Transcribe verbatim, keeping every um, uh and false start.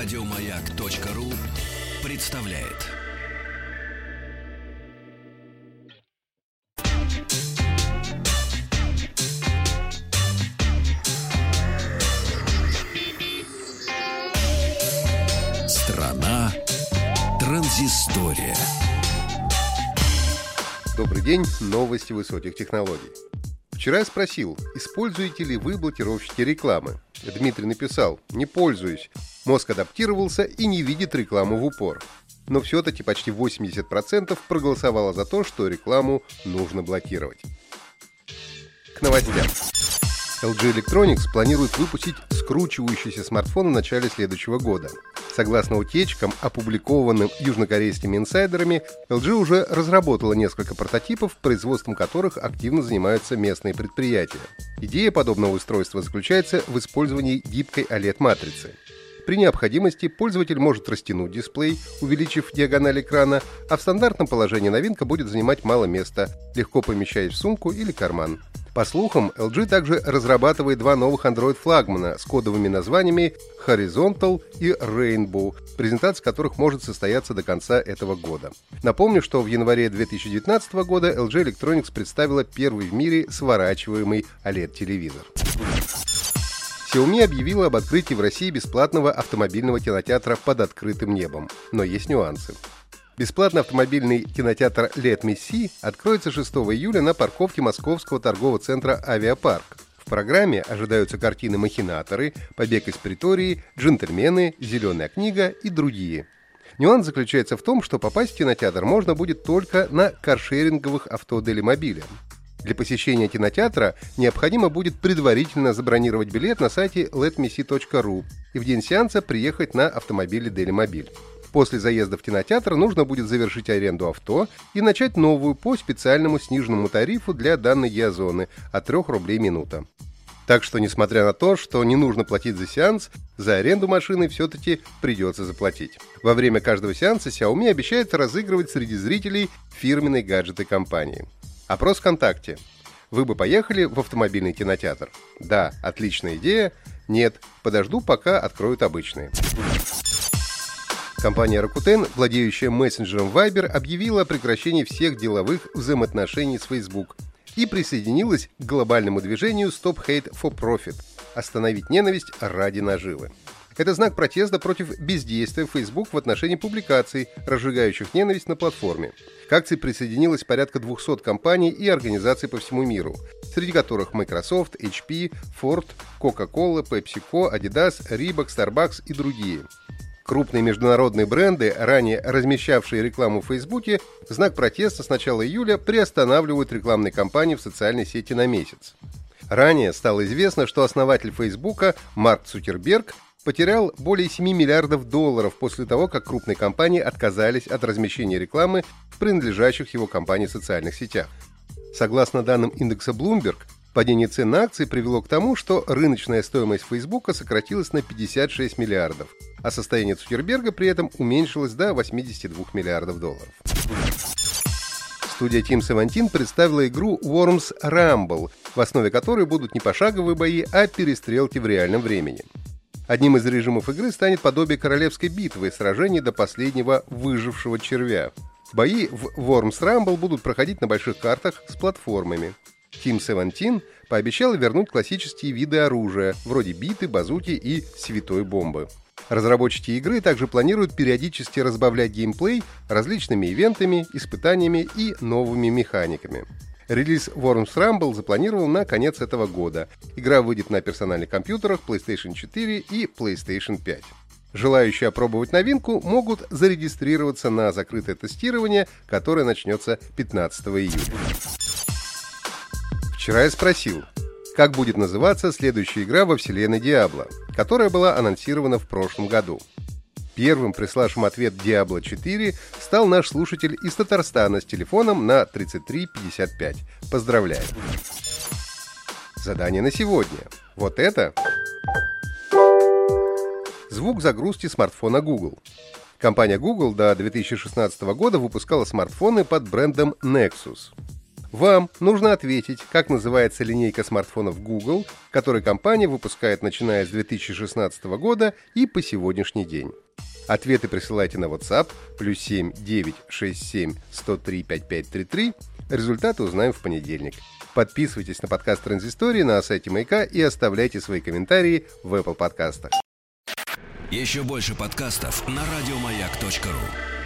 Радиомаяк.ру представляет. Страна транзистория. Добрый день, новости высоких технологий. Вчера я спросил, используете ли вы блокировщики рекламы? Дмитрий написал: не пользуюсь. Мозг адаптировался и не видит рекламу в упор. Но все-таки почти восемьдесят процентов проголосовало за то, что рекламу нужно блокировать. К новостям. эл джи Electronics планирует выпустить скручивающийся смартфон в начале следующего года. Согласно утечкам, опубликованным южнокорейскими инсайдерами, эл джи уже разработала несколько прототипов, производством которых активно занимаются местные предприятия. Идея подобного устройства заключается в использовании гибкой о лед-матрицы. При необходимости пользователь может растянуть дисплей, увеличив диагональ экрана, а в стандартном положении новинка будет занимать мало места, легко помещаясь в сумку или карман. По слухам, эл джи также разрабатывает два новых Android-флагмана с кодовыми названиями Horizontal и Rainbow, презентация которых может состояться до конца этого года. Напомню, что в январе две тысячи девятнадцатого года эл джи Electronics представила первый в мире сворачиваемый о лед-телевизор. Xiaomi объявила об открытии в России бесплатного автомобильного кинотеатра под открытым небом. Но есть нюансы. Бесплатный автомобильный кинотеатр Let Me See откроется шестого июля на парковке московского торгового центра «Авиапарк». В программе ожидаются картины «Махинаторы», «Побег из претории», «Джентльмены», «Зеленая книга» и другие. Нюанс заключается в том, что попасть в кинотеатр можно будет только на каршеринговых авто Делимобиля. Для посещения кинотеатра необходимо будет предварительно забронировать билет на сайте лет ми си точка ру и в день сеанса приехать на автомобиле Делимобиль. После заезда в кинотеатр нужно будет завершить аренду авто и начать новую по специальному сниженному тарифу для данной геозоны от трёх рублей минута. Так что, несмотря на то, что не нужно платить за сеанс, за аренду машины все-таки придется заплатить. Во время каждого сеанса Xiaomi обещает разыгрывать среди зрителей фирменные гаджеты компании. Опрос ВКонтакте. Вы бы поехали в автомобильный кинотеатр? Да, отличная идея. Нет, подожду, пока откроют обычные. Компания Rakuten, владеющая мессенджером Viber, объявила о прекращении всех деловых взаимоотношений с Facebook и присоединилась к глобальному движению Stop Hate for Profit – остановить ненависть ради наживы. Это знак протеста против бездействия Facebook в отношении публикаций, разжигающих ненависть на платформе. К акции присоединилось порядка двухсот компаний и организаций по всему миру, среди которых Microsoft, эйч пи, Ford, Coca-Cola, PepsiCo, Adidas, Reebok, Starbucks и другие. Крупные международные бренды, ранее размещавшие рекламу в Фейсбуке, в знак протеста с начала июля приостанавливают рекламные кампании в социальной сети на месяц. Ранее стало известно, что основатель Фейсбука Марк Цукерберг потерял более семи миллиардов долларов после того, как крупные компании отказались от размещения рекламы в принадлежащих его компании в социальных сетях. Согласно данным индекса Bloomberg, падение цен на акции привело к тому, что рыночная стоимость Фейсбука сократилась на пятьдесят шесть миллиардов, а состояние Цукерберга при этом уменьшилось до восьмидесяти двух миллиардов долларов. Студия Team семнадцать представила игру Worms Rumble, в основе которой будут не пошаговые бои, а перестрелки в реальном времени. Одним из режимов игры станет подобие королевской битвы и сражений до последнего выжившего червя. Бои в Worms Rumble будут проходить на больших картах с платформами. Team семнадцать пообещала вернуть классические виды оружия, вроде биты, базуки и святой бомбы. Разработчики игры также планируют периодически разбавлять геймплей различными ивентами, испытаниями и новыми механиками. Релиз Worms Rumble запланирован на конец этого года. Игра выйдет на персональных компьютерах PlayStation четыре и PlayStation пять. Желающие опробовать новинку могут зарегистрироваться на закрытое тестирование, которое начнется пятнадцатого июля. Вчера я спросил, как будет называться следующая игра во вселенной Diablo, которая была анонсирована в прошлом году. Первым приславшим ответ Diablo четыре стал наш слушатель из Татарстана с телефоном на тридцать три пятьдесят пять. Поздравляю! Задание на сегодня. Вот это звук загрузки смартфона Google. Компания Google до две тысячи шестнадцатого года выпускала смартфоны под брендом Nexus. Вам нужно ответить, как называется линейка смартфонов Google, которую компания выпускает начиная с две тысячи шестнадцатого года и по сегодняшний день. Ответы присылайте на WhatsApp плюс семь девять шесть семь сто три пятьдесят пять тридцать три. Результаты узнаем в понедельник. Подписывайтесь на подкаст Транзистории на сайте Маяка и оставляйте свои комментарии в Apple подкастах. Еще больше подкастов на радиомаяк точка ру.